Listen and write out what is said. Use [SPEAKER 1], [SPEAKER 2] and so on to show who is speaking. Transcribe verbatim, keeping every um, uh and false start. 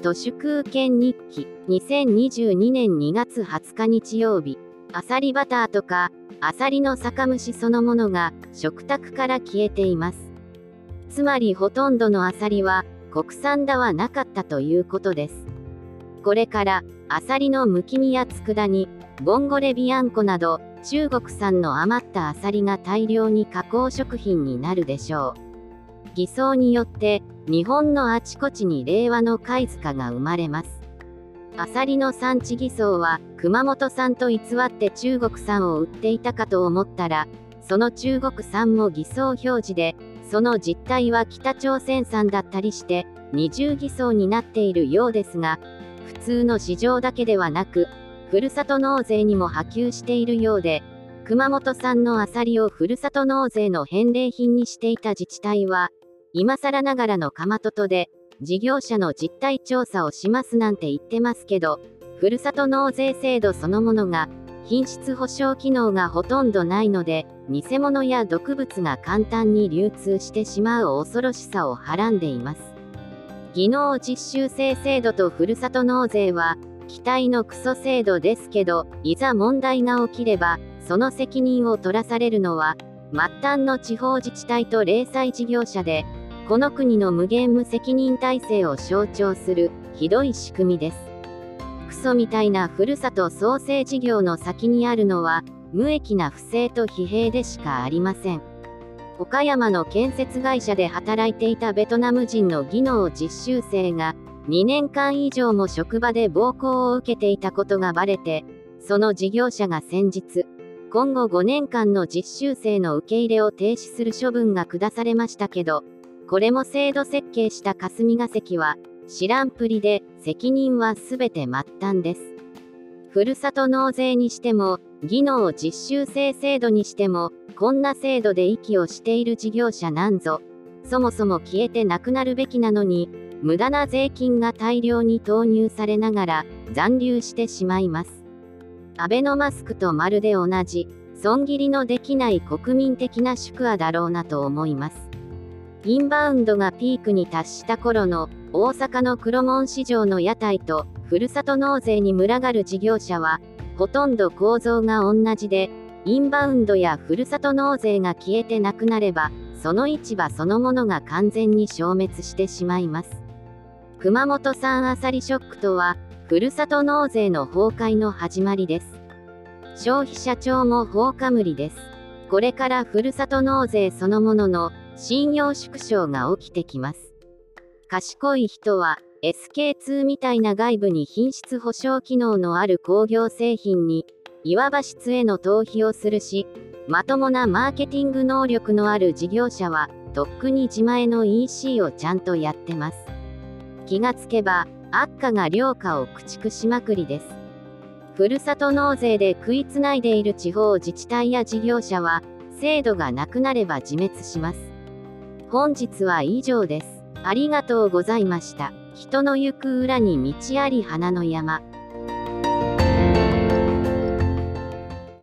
[SPEAKER 1] 都市空権日記にせんにじゅうにねんにがつはつか日曜日。アサリバターとかアサリの酒蒸しそのものが食卓から消えています。つまりほとんどのアサリは国産ではなかったということです。これからアサリのむき身や佃煮、ボンゴレビアンコなど中国産の余ったアサリが大量に加工食品になるでしょう。偽装によって日本のあちこちに令和の貝塚が生まれます。アサリの産地偽装は熊本産と偽って中国産を売っていたかと思ったら、その中国産も偽装表示で、その実態は北朝鮮産だったりして二重偽装になっているようですが、普通の市場だけではなくふるさと納税にも波及しているようで、熊本産のアサリをふるさと納税の返礼品にしていた自治体は今更ながらのかまととで事業者の実態調査をしますなんて言ってますけど、ふるさと納税制度そのものが品質保証機能がほとんどないので、偽物や毒物が簡単に流通してしまう恐ろしさをはらんでいます。技能実習生制度とふるさと納税は期待のクソ制度ですけど、いざ問題が起きればその責任を取らされるのは末端の地方自治体と零細事業者で、この国の無限無責任体制を象徴するひどい仕組みです。クソみたいなふるさと創生事業の先にあるのは無益な不正と疲弊でしかありません。岡山の建設会社で働いていたベトナム人の技能実習生がにねんかん以上も職場で暴行を受けていたことがバレて、その事業者が先日、今後ごねんかんの実習生の受け入れを停止する処分が下されましたけど、これも制度設計した霞が関は知らんぷりで、責任はすべて末端です。ふるさと納税にしても技能実習生制度にしても、こんな制度で息をしている事業者なんぞそもそも消えてなくなるべきなのに、無駄な税金が大量に投入されながら残留してしまいます。アベノマスクとまるで同じ損切りのできない国民的な宿舎だろうなと思います。インバウンドがピークに達した頃の大阪の黒門市場の屋台とふるさと納税に群がる事業者はほとんど構造が同じで、インバウンドやふるさと納税が消えてなくなればその市場そのものが完全に消滅してしまいます。熊本産アサリショックとはふるさと納税の崩壊の始まりです。消費者庁も放火無理です。これからふるさと納税そのものの信用縮小が起きてきます。賢い人は エスケーツー みたいな外部に品質保証機能のある工業製品にいわば質への逃避をするし、まともなマーケティング能力のある事業者はとっくに自前の イーシー をちゃんとやってます。気がつけば悪化が良化を駆逐しまくりです。ふるさと納税で食いつないでいる地方自治体や事業者は制度がなくなれば自滅します。本日は以上です。ありがとうございました。人の行く裏に道あり花の山。